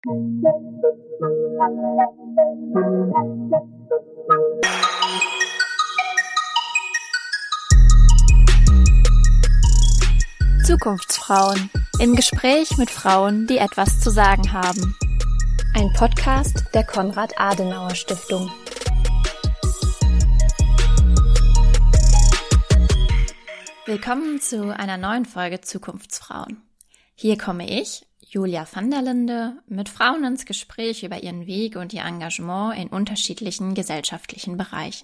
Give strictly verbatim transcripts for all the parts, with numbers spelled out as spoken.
Zukunftsfrauen. Im Gespräch mit Frauen, die etwas zu sagen haben. Ein Podcast der Konrad-Adenauer-Stiftung. Willkommen zu einer neuen Folge Zukunftsfrauen. Hier komme ich, Julia van der Linde, mit Frauen ins Gespräch über ihren Weg und ihr Engagement in unterschiedlichen gesellschaftlichen Bereichen.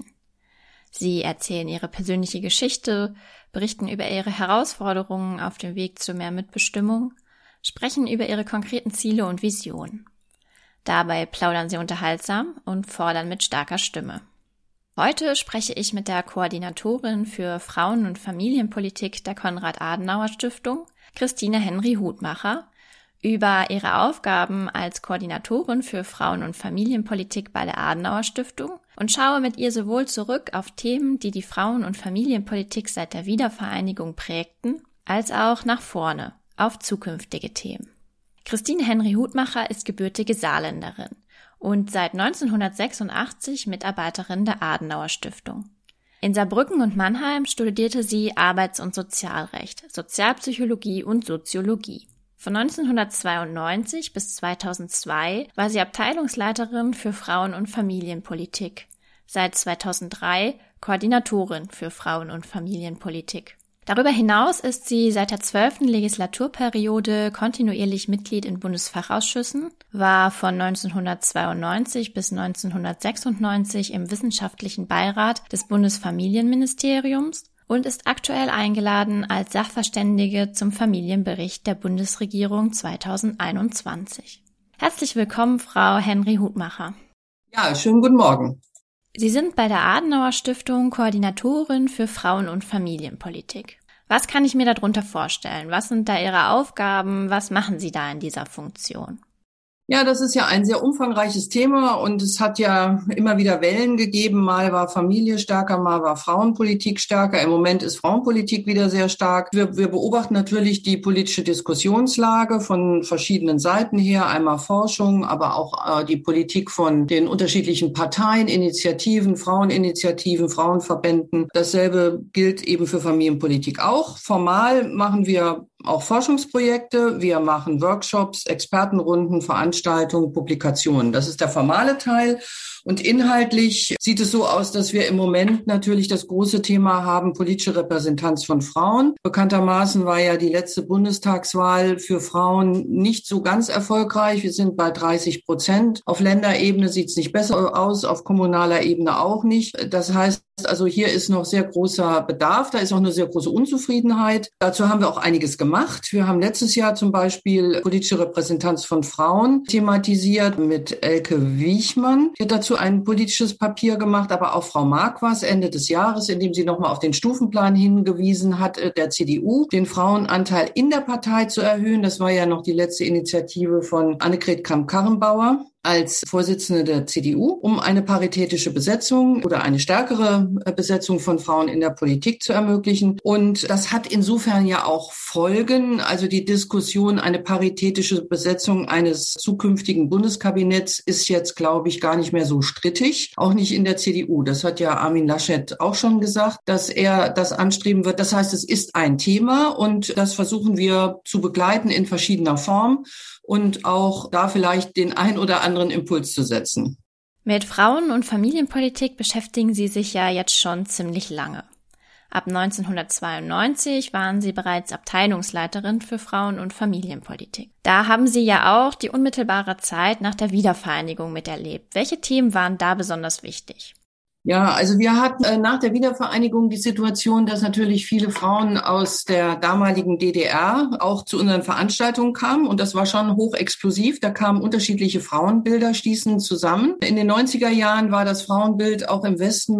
Sie erzählen ihre persönliche Geschichte, berichten über ihre Herausforderungen auf dem Weg zu mehr Mitbestimmung, sprechen über ihre konkreten Ziele und Visionen. Dabei plaudern sie unterhaltsam und fordern mit starker Stimme. Heute spreche ich mit der Koordinatorin für Frauen- und Familienpolitik der Konrad-Adenauer-Stiftung, Christine Henry-Hutmacher, über ihre Aufgaben als Koordinatorin für Frauen- und Familienpolitik bei der Adenauer-Stiftung und schaue mit ihr sowohl zurück auf Themen, die die Frauen- und Familienpolitik seit der Wiedervereinigung prägten, als auch nach vorne, auf zukünftige Themen. Christine Henry-Hutmacher ist gebürtige Saarländerin und seit neunzehnhundertsechsundachtzig Mitarbeiterin der Adenauer-Stiftung. In Saarbrücken und Mannheim studierte sie Arbeits- und Sozialrecht, Sozialpsychologie und Soziologie. Von neunzehnhundertzweiundneunzig bis zweitausendzwei war sie Abteilungsleiterin für Frauen- und Familienpolitik, seit zweitausenddrei Koordinatorin für Frauen- und Familienpolitik. Darüber hinaus ist sie seit der zwölften Legislaturperiode kontinuierlich Mitglied in Bundesfachausschüssen, war von neunzehnhundertzweiundneunzig bis neunzehnhundertsechsundneunzig im wissenschaftlichen Beirat des Bundesfamilienministeriums und ist aktuell eingeladen als Sachverständige zum Familienbericht der Bundesregierung zweitausendeinundzwanzig. Herzlich willkommen, Frau Henry-Hutmacher. Ja, schönen guten Morgen. Sie sind bei der Adenauer-Stiftung Koordinatorin für Frauen- und Familienpolitik. Was kann ich mir darunter vorstellen? Was sind da Ihre Aufgaben? Was machen Sie da in dieser Funktion? Ja, das ist ja ein sehr umfangreiches Thema und es hat ja immer wieder Wellen gegeben. Mal war Familie stärker, mal war Frauenpolitik stärker. Im Moment ist Frauenpolitik wieder sehr stark. Wir, wir beobachten natürlich die politische Diskussionslage von verschiedenen Seiten her. Einmal Forschung, aber auch äh, die Politik von den unterschiedlichen Parteien, Initiativen, Fraueninitiativen, Frauenverbänden. Dasselbe gilt eben für Familienpolitik auch. Formal machen wir auch Forschungsprojekte, wir machen Workshops, Expertenrunden, Veranstaltungen, Publikationen. Das ist der formale Teil. Und inhaltlich sieht es so aus, dass wir im Moment natürlich das große Thema haben, politische Repräsentanz von Frauen. Bekanntermaßen war ja die letzte Bundestagswahl für Frauen nicht so ganz erfolgreich. Wir sind bei dreißig Prozent. Auf Länderebene sieht es nicht besser aus, auf kommunaler Ebene auch nicht. Das heißt also, hier ist noch sehr großer Bedarf. Da ist auch eine sehr große Unzufriedenheit. Dazu haben wir auch einiges gemacht. Wir haben letztes Jahr zum Beispiel politische Repräsentanz von Frauen thematisiert mit Elke Wiechmann. Die hat dazu ein politisches Papier gemacht, aber auch Frau Mark war es Ende des Jahres, in dem sie nochmal auf den Stufenplan hingewiesen hat, der C D U, den Frauenanteil in der Partei zu erhöhen. Das war ja noch die letzte Initiative von Annegret Kramp-Karrenbauer als Vorsitzende der C D U, um eine paritätische Besetzung oder eine stärkere Besetzung von Frauen in der Politik zu ermöglichen. Und das hat insofern ja auch Folgen. Also die Diskussion, eine paritätische Besetzung eines zukünftigen Bundeskabinetts ist jetzt, glaube ich, gar nicht mehr so strittig. Auch nicht in der C D U. Das hat ja Armin Laschet auch schon gesagt, dass er das anstreben wird. Das heißt, es ist ein Thema und das versuchen wir zu begleiten in verschiedener Form und auch da vielleicht den ein oder anderen Impuls zu setzen. Mit Frauen- und Familienpolitik beschäftigen Sie sich ja jetzt schon ziemlich lange. Ab neunzehnhundertzweiundneunzig waren Sie bereits Abteilungsleiterin für Frauen- und Familienpolitik. Da haben Sie ja auch die unmittelbare Zeit nach der Wiedervereinigung miterlebt. Welche Themen waren da besonders wichtig? Ja, also wir hatten äh, nach der Wiedervereinigung die Situation, dass natürlich viele Frauen aus der damaligen D D R auch zu unseren Veranstaltungen kamen und das war schon hochexplosiv. Da kamen unterschiedliche Frauenbilder, stießen zusammen. In den neunziger Jahren war das Frauenbild auch im Westen noch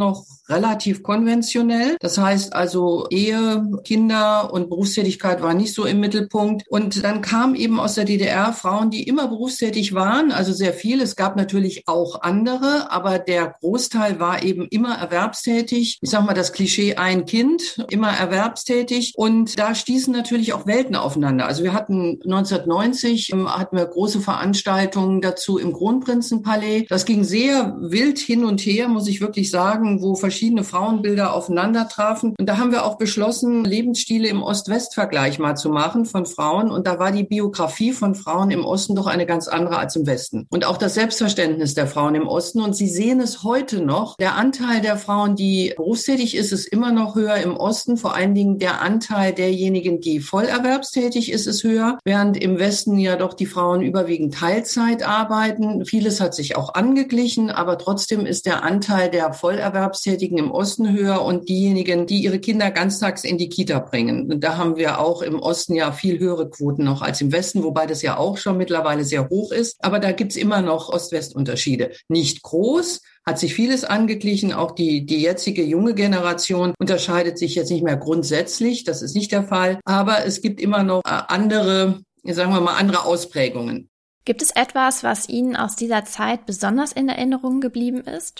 relativ konventionell. Das heißt also Ehe, Kinder und Berufstätigkeit war nicht so im Mittelpunkt. Und dann kamen eben aus der D D R Frauen, die immer berufstätig waren, also sehr viel. Es gab natürlich auch andere, aber der Großteil war eben immer erwerbstätig. Ich sag mal das Klischee ein Kind, immer erwerbstätig. Und da stießen natürlich auch Welten aufeinander. Also wir hatten neunzehnhundertneunzig, hatten wir große Veranstaltungen dazu im Kronprinzenpalais. Das ging sehr wild hin und her, muss ich wirklich sagen, wo verschiedene Frauenbilder aufeinander trafen. Und da haben wir auch beschlossen, Lebensstile im Ost-West-Vergleich mal zu machen von Frauen. Und da war die Biografie von Frauen im Osten doch eine ganz andere als im Westen. Und auch das Selbstverständnis der Frauen im Osten. Und Sie sehen es heute noch. Der Anteil der Frauen, die berufstätig ist, ist immer noch höher im Osten. Vor allen Dingen der Anteil derjenigen, die vollerwerbstätig ist, ist höher. Während im Westen ja doch die Frauen überwiegend Teilzeit arbeiten. Vieles hat sich auch angeglichen, aber trotzdem ist der Anteil der Vollerwerbstätigen im Osten höher und diejenigen, die ihre Kinder ganztags in die Kita bringen. Und da haben wir auch im Osten ja viel höhere Quoten noch als im Westen, wobei das ja auch schon mittlerweile sehr hoch ist. Aber da gibt's immer noch Ost-West-Unterschiede. Nicht groß, hat sich vieles angeglichen. Auch die, die jetzige junge Generation unterscheidet sich jetzt nicht mehr grundsätzlich. Das ist nicht der Fall. Aber es gibt immer noch andere, sagen wir mal, andere Ausprägungen. Gibt es etwas, was Ihnen aus dieser Zeit besonders in Erinnerung geblieben ist?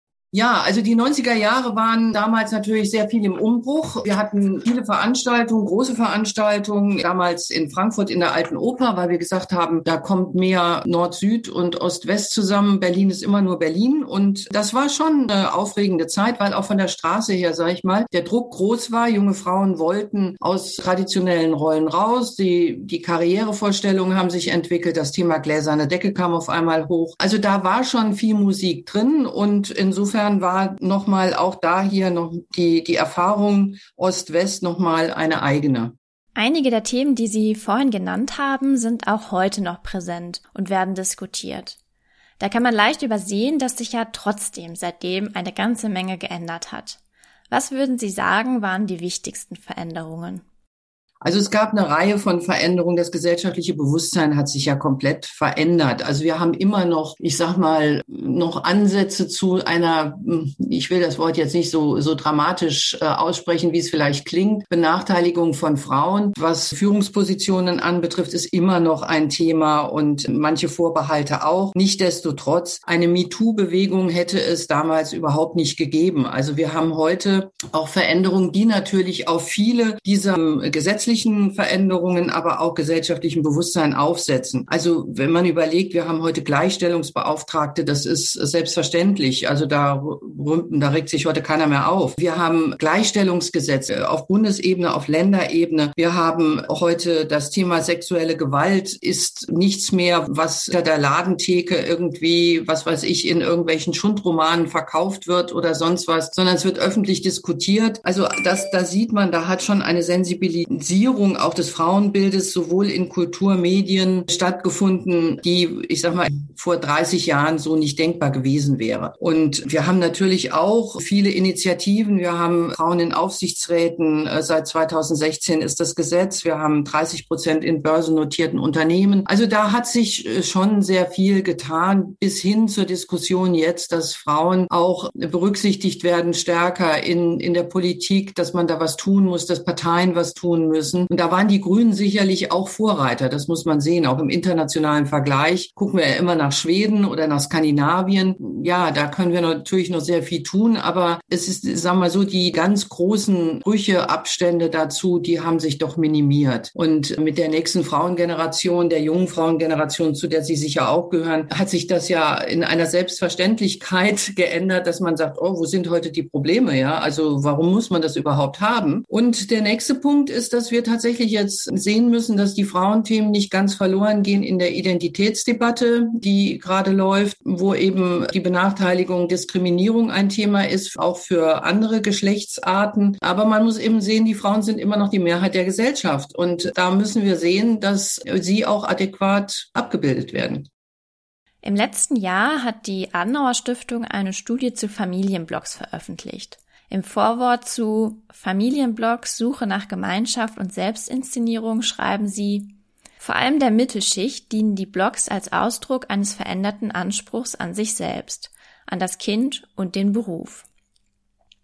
Ja, also die neunziger Jahre waren damals natürlich sehr viel im Umbruch. Wir hatten viele Veranstaltungen, große Veranstaltungen, damals in Frankfurt in der Alten Oper, weil wir gesagt haben, da kommt mehr Nord-Süd und Ost-West zusammen. Berlin ist immer nur Berlin. Und das war schon eine aufregende Zeit, weil auch von der Straße her, sage ich mal, der Druck groß war. Junge Frauen wollten aus traditionellen Rollen raus. Die, die Karrierevorstellungen haben sich entwickelt. Das Thema gläserne Decke kam auf einmal hoch. Also da war schon viel Musik drin und insofern war nochmal auch da hier noch die, die Erfahrung Ost-West nochmal eine eigene. Einige der Themen, die Sie vorhin genannt haben, sind auch heute noch präsent und werden diskutiert. Da kann man leicht übersehen, dass sich ja trotzdem seitdem eine ganze Menge geändert hat. Was würden Sie sagen, waren die wichtigsten Veränderungen? Also es gab eine Reihe von Veränderungen. Das gesellschaftliche Bewusstsein hat sich ja komplett verändert. Also wir haben immer noch, ich sag mal, noch Ansätze zu einer, ich will das Wort jetzt nicht so, so dramatisch äh, aussprechen, wie es vielleicht klingt, Benachteiligung von Frauen. Was Führungspositionen anbetrifft, ist immer noch ein Thema und manche Vorbehalte auch. Nichtsdestotrotz, eine MeToo-Bewegung hätte es damals überhaupt nicht gegeben. Also wir haben heute auch Veränderungen, die natürlich auf viele dieser gesetzlichen Veränderungen, aber auch gesellschaftlichen Bewusstsein aufsetzen. Also wenn man überlegt, wir haben heute Gleichstellungsbeauftragte, das ist selbstverständlich. Also da, da regt sich heute keiner mehr auf. Wir haben Gleichstellungsgesetze auf Bundesebene, auf Länderebene. Wir haben heute das Thema sexuelle Gewalt ist nichts mehr, was hinter der Ladentheke irgendwie, was weiß ich, in irgendwelchen Schundromanen verkauft wird oder sonst was, sondern es wird öffentlich diskutiert. Also das, da sieht man, da hat schon eine Sensibilisierung auch des Frauenbildes sowohl in Kulturmedien stattgefunden, die, ich sag mal, vor dreißig Jahren so nicht denkbar gewesen wäre. Und wir haben natürlich auch viele Initiativen. Wir haben Frauen in Aufsichtsräten. Seit zweitausendsechzehn ist das Gesetz. Wir haben dreißig Prozent in börsennotierten Unternehmen. Also da hat sich schon sehr viel getan, bis hin zur Diskussion jetzt, dass Frauen auch berücksichtigt werden stärker in, in der Politik, dass man da was tun muss, dass Parteien was tun müssen. Und da waren die Grünen sicherlich auch Vorreiter. Das muss man sehen. Auch im internationalen Vergleich gucken wir ja immer nach Schweden oder nach Skandinavien. Ja, da können wir natürlich noch sehr viel tun. Aber es ist, sagen wir mal so, die ganz großen Brüche, Abstände dazu, die haben sich doch minimiert. Und mit der nächsten Frauengeneration, der jungen Frauengeneration, zu der Sie sicher auch gehören, hat sich das ja in einer Selbstverständlichkeit geändert, dass man sagt, oh, wo sind heute die Probleme? Ja, also warum muss man das überhaupt haben? Und der nächste Punkt ist, dass wir tatsächlich jetzt sehen müssen, dass die Frauenthemen nicht ganz verloren gehen in der Identitätsdebatte, die gerade läuft, wo eben die Benachteiligung, Diskriminierung ein Thema ist, auch für andere Geschlechtsarten. Aber man muss eben sehen, die Frauen sind immer noch die Mehrheit der Gesellschaft. Und da müssen wir sehen, dass sie auch adäquat abgebildet werden. Im letzten Jahr hat die Adenauer Stiftung eine Studie zu Familienblogs veröffentlicht. Im Vorwort zu Familienblogs Suche nach Gemeinschaft und Selbstinszenierung schreiben sie: Vor allem der Mittelschicht dienen die Blogs als Ausdruck eines veränderten Anspruchs an sich selbst, an das Kind und den Beruf.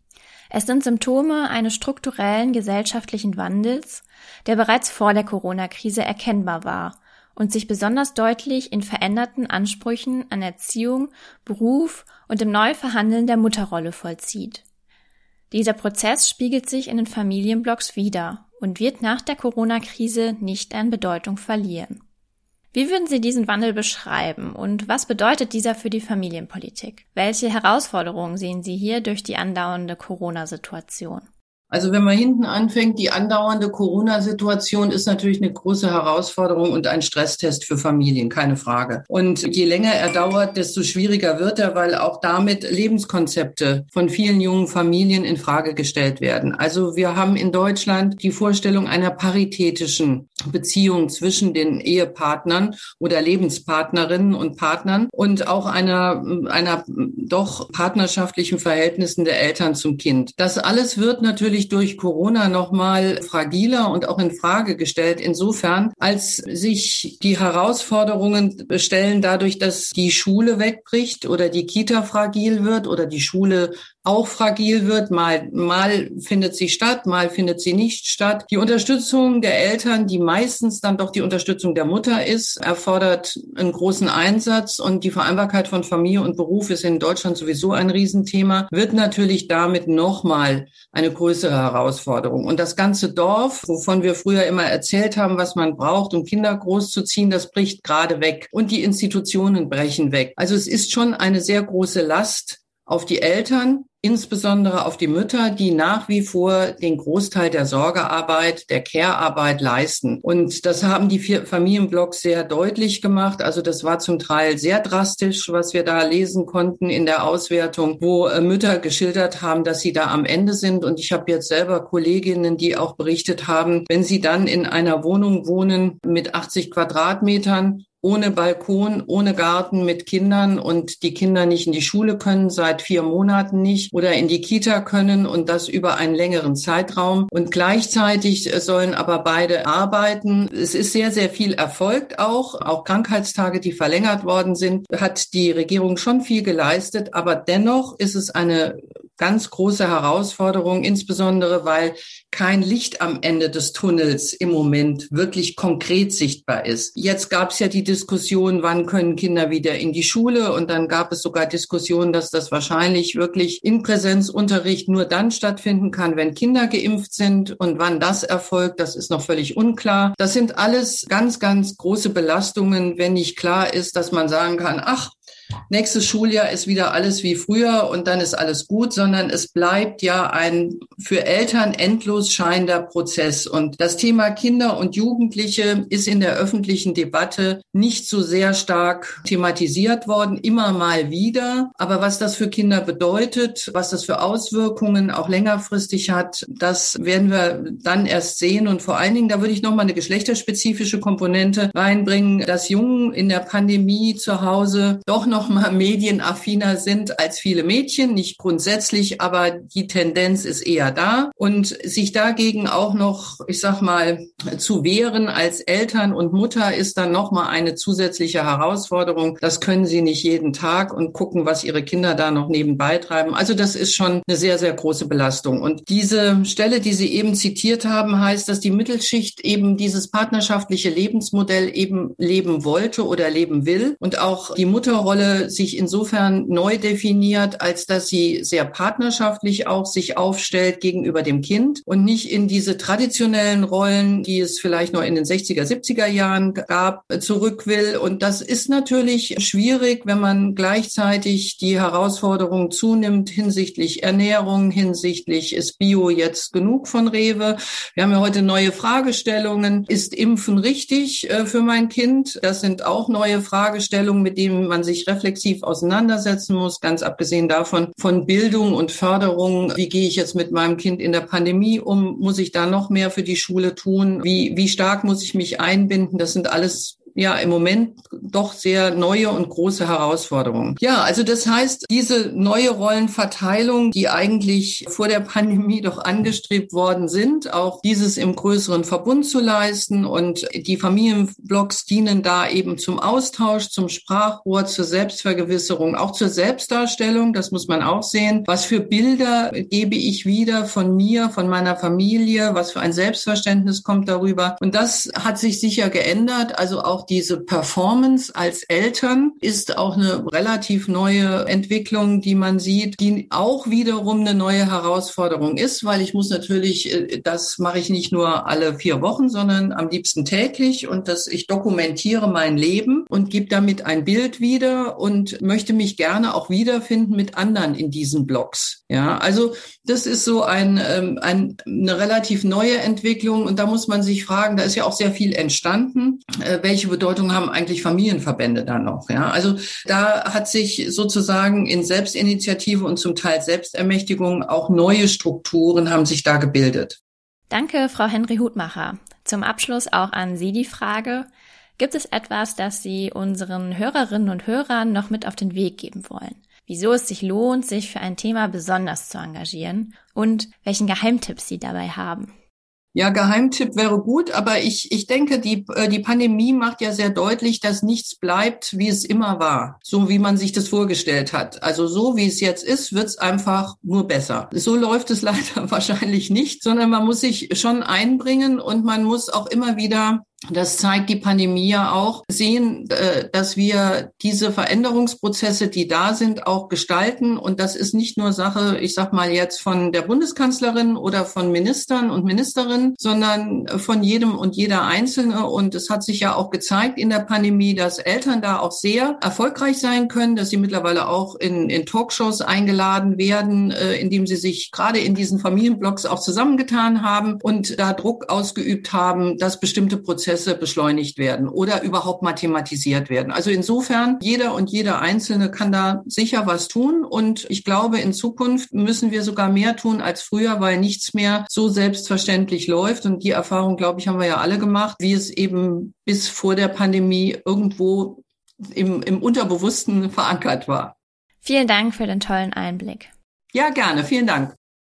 Es sind Symptome eines strukturellen gesellschaftlichen Wandels, der bereits vor der Corona-Krise erkennbar war und sich besonders deutlich in veränderten Ansprüchen an Erziehung, Beruf und im Neuverhandeln der Mutterrolle vollzieht. Dieser Prozess spiegelt sich in den Familienblogs wider und wird nach der Corona-Krise nicht an Bedeutung verlieren. Wie würden Sie diesen Wandel beschreiben und was bedeutet dieser für die Familienpolitik? Welche Herausforderungen sehen Sie hier durch die andauernde Corona-Situation? Also wenn man hinten anfängt, die andauernde Corona-Situation ist natürlich eine große Herausforderung und ein Stresstest für Familien, keine Frage. Und je länger er dauert, desto schwieriger wird er, weil auch damit Lebenskonzepte von vielen jungen Familien in Frage gestellt werden. Also wir haben in Deutschland die Vorstellung einer paritätischen Beziehung zwischen den Ehepartnern oder Lebenspartnerinnen und Partnern und auch einer, einer doch partnerschaftlichen Verhältnissen der Eltern zum Kind. Das alles wird natürlich durch Corona nochmal fragiler und auch in Frage gestellt, insofern, als sich die Herausforderungen stellen dadurch, dass die Schule wegbricht oder die Kita fragil wird oder die Schule auch fragil wird. Mal, mal findet sie statt, mal findet sie nicht statt. Die Unterstützung der Eltern, die meistens dann doch die Unterstützung der Mutter ist, erfordert einen großen Einsatz und die Vereinbarkeit von Familie und Beruf ist in Deutschland sowieso ein Riesenthema, wird natürlich damit nochmal eine größere Herausforderung. Und das ganze Dorf, wovon wir früher immer erzählt haben, was man braucht, um Kinder großzuziehen, das bricht gerade weg. Und die Institutionen brechen weg. Also es ist schon eine sehr große Last auf die Eltern, insbesondere auf die Mütter, die nach wie vor den Großteil der Sorgearbeit, der Care-Arbeit leisten. Und das haben die vier Familienblogs sehr deutlich gemacht. Also das war zum Teil sehr drastisch, was wir da lesen konnten in der Auswertung, wo Mütter geschildert haben, dass sie da am Ende sind. Und ich habe jetzt selber Kolleginnen, die auch berichtet haben, wenn sie dann in einer Wohnung wohnen mit achtzig Quadratmetern, ohne Balkon, ohne Garten, mit Kindern und die Kinder nicht in die Schule können, seit vier Monaten nicht oder in die Kita können und das über einen längeren Zeitraum. Und gleichzeitig sollen aber beide arbeiten. Es ist sehr, sehr viel erfolgt auch. Auch Krankheitstage, die verlängert worden sind, hat die Regierung schon viel geleistet. Aber dennoch ist es eine ganz große Herausforderung, insbesondere weil kein Licht am Ende des Tunnels im Moment wirklich konkret sichtbar ist. Jetzt gab es ja die Diskussion, wann können Kinder wieder in die Schule? Und dann gab es sogar Diskussionen, dass das wahrscheinlich wirklich in Präsenzunterricht nur dann stattfinden kann, wenn Kinder geimpft sind. Und wann das erfolgt, das ist noch völlig unklar. Das sind alles ganz, ganz große Belastungen, wenn nicht klar ist, dass man sagen kann, ach, nächstes Schuljahr ist wieder alles wie früher und dann ist alles gut, sondern es bleibt ja ein für Eltern endlos scheinender Prozess. Und das Thema Kinder und Jugendliche ist in der öffentlichen Debatte nicht so sehr stark thematisiert worden, immer mal wieder. Aber was das für Kinder bedeutet, was das für Auswirkungen auch längerfristig hat, das werden wir dann erst sehen. Und vor allen Dingen, da würde ich nochmal eine geschlechterspezifische Komponente reinbringen, dass Jungen in der Pandemie zu Hause doch noch noch mal medienaffiner sind als viele Mädchen, nicht grundsätzlich, aber die Tendenz ist eher da und sich dagegen auch noch, ich sag mal, zu wehren als Eltern und Mutter ist dann noch mal eine zusätzliche Herausforderung. Das können sie nicht jeden Tag und gucken, was ihre Kinder da noch nebenbei treiben. Also das ist schon eine sehr, sehr große Belastung. Und diese Stelle, die Sie eben zitiert haben, heißt, dass die Mittelschicht eben dieses partnerschaftliche Lebensmodell eben leben wollte oder leben will und auch die Mutterrolle sich insofern neu definiert, als dass sie sehr partnerschaftlich auch sich aufstellt gegenüber dem Kind und nicht in diese traditionellen Rollen, die es vielleicht noch in den sechziger, siebziger Jahren gab, zurück will. Und das ist natürlich schwierig, wenn man gleichzeitig die Herausforderung zunimmt hinsichtlich Ernährung, hinsichtlich ist Bio jetzt genug von Rewe. Wir haben ja heute neue Fragestellungen. Ist Impfen richtig äh, für mein Kind? Das sind auch neue Fragestellungen, mit denen man sich reflexiv auseinandersetzen muss, ganz abgesehen davon von Bildung und Förderung. Wie gehe ich jetzt mit meinem Kind in der Pandemie um? Muss ich da noch mehr für die Schule tun? Wie, wie stark muss ich mich einbinden? Das sind alles ja im Moment doch sehr neue und große Herausforderungen. Ja, also das heißt, diese neue Rollenverteilung, die eigentlich vor der Pandemie doch angestrebt worden sind, auch dieses im größeren Verbund zu leisten, und die Familienblogs dienen da eben zum Austausch, zum Sprachrohr, zur Selbstvergewisserung, auch zur Selbstdarstellung, das muss man auch sehen. Was für Bilder gebe ich wieder von mir, von meiner Familie, was für ein Selbstverständnis kommt darüber. Und das hat sich sicher geändert. Also auch diese Performance als Eltern ist auch eine relativ neue Entwicklung, die man sieht, die auch wiederum eine neue Herausforderung ist, weil ich muss natürlich, das mache ich nicht nur alle vier Wochen, sondern am liebsten täglich, und das, ich dokumentiere mein Leben und gebe damit ein Bild wieder und möchte mich gerne auch wiederfinden mit anderen in diesen Blogs. Ja, also das ist so ein, ähm, ein, eine relativ neue Entwicklung, und da muss man sich fragen, da ist ja auch sehr viel entstanden. Äh, welche Bedeutung haben eigentlich Familienverbände da noch? Ja, also da hat sich sozusagen in Selbstinitiative und zum Teil Selbstermächtigung auch neue Strukturen haben sich da gebildet. Danke, Frau Henry-Hutmacher. Zum Abschluss auch an Sie die Frage: Gibt es etwas, das Sie unseren Hörerinnen und Hörern noch mit auf den Weg geben wollen? Wieso es sich lohnt, sich für ein Thema besonders zu engagieren und welchen Geheimtipp Sie dabei haben? Ja, Geheimtipp wäre gut, aber ich ich denke, die die Pandemie macht ja sehr deutlich, dass nichts bleibt, wie es immer war, so wie man sich das vorgestellt hat. Also so wie es jetzt ist, wird es einfach nur besser. So läuft es leider wahrscheinlich nicht, sondern man muss sich schon einbringen, und man muss auch immer wieder, das zeigt die Pandemie ja auch, sehen, dass wir diese Veränderungsprozesse, die da sind, auch gestalten. Und das ist nicht nur Sache, ich sag mal jetzt von der Bundeskanzlerin oder von Ministern und Ministerinnen, sondern von jedem und jeder Einzelne. Und es hat sich ja auch gezeigt in der Pandemie, dass Eltern da auch sehr erfolgreich sein können, dass sie mittlerweile auch in, in Talkshows eingeladen werden, indem sie sich gerade in diesen Familienblogs auch zusammengetan haben und da Druck ausgeübt haben, dass bestimmte Prozesse beschleunigt werden oder überhaupt mathematisiert werden. Also insofern, jeder und jeder Einzelne kann da sicher was tun, und ich glaube, in Zukunft müssen wir sogar mehr tun als früher, weil nichts mehr so selbstverständlich läuft, und die Erfahrung, glaube ich, haben wir ja alle gemacht, wie es eben bis vor der Pandemie irgendwo im, im Unterbewussten verankert war. Vielen Dank für den tollen Einblick. Ja, gerne. Vielen Dank.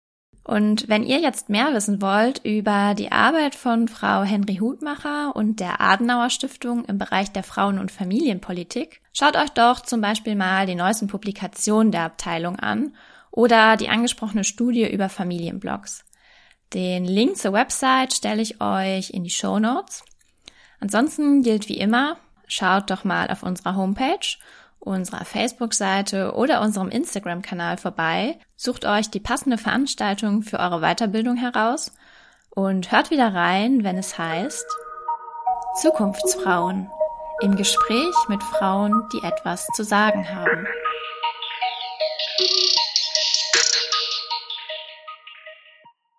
Und wenn ihr jetzt mehr wissen wollt über die Arbeit von Frau Henry-Hutmacher und der Adenauer Stiftung im Bereich der Frauen- und Familienpolitik, schaut euch doch zum Beispiel mal die neuesten Publikationen der Abteilung an oder die angesprochene Studie über Familienblogs. Den Link zur Website stelle ich euch in die Shownotes. Ansonsten gilt wie immer, schaut doch mal auf unserer Homepage, unserer Facebook-Seite oder unserem Instagram-Kanal vorbei, sucht euch die passende Veranstaltung für eure Weiterbildung heraus und hört wieder rein, wenn es heißt Zukunftsfrauen, im Gespräch mit Frauen, die etwas zu sagen haben.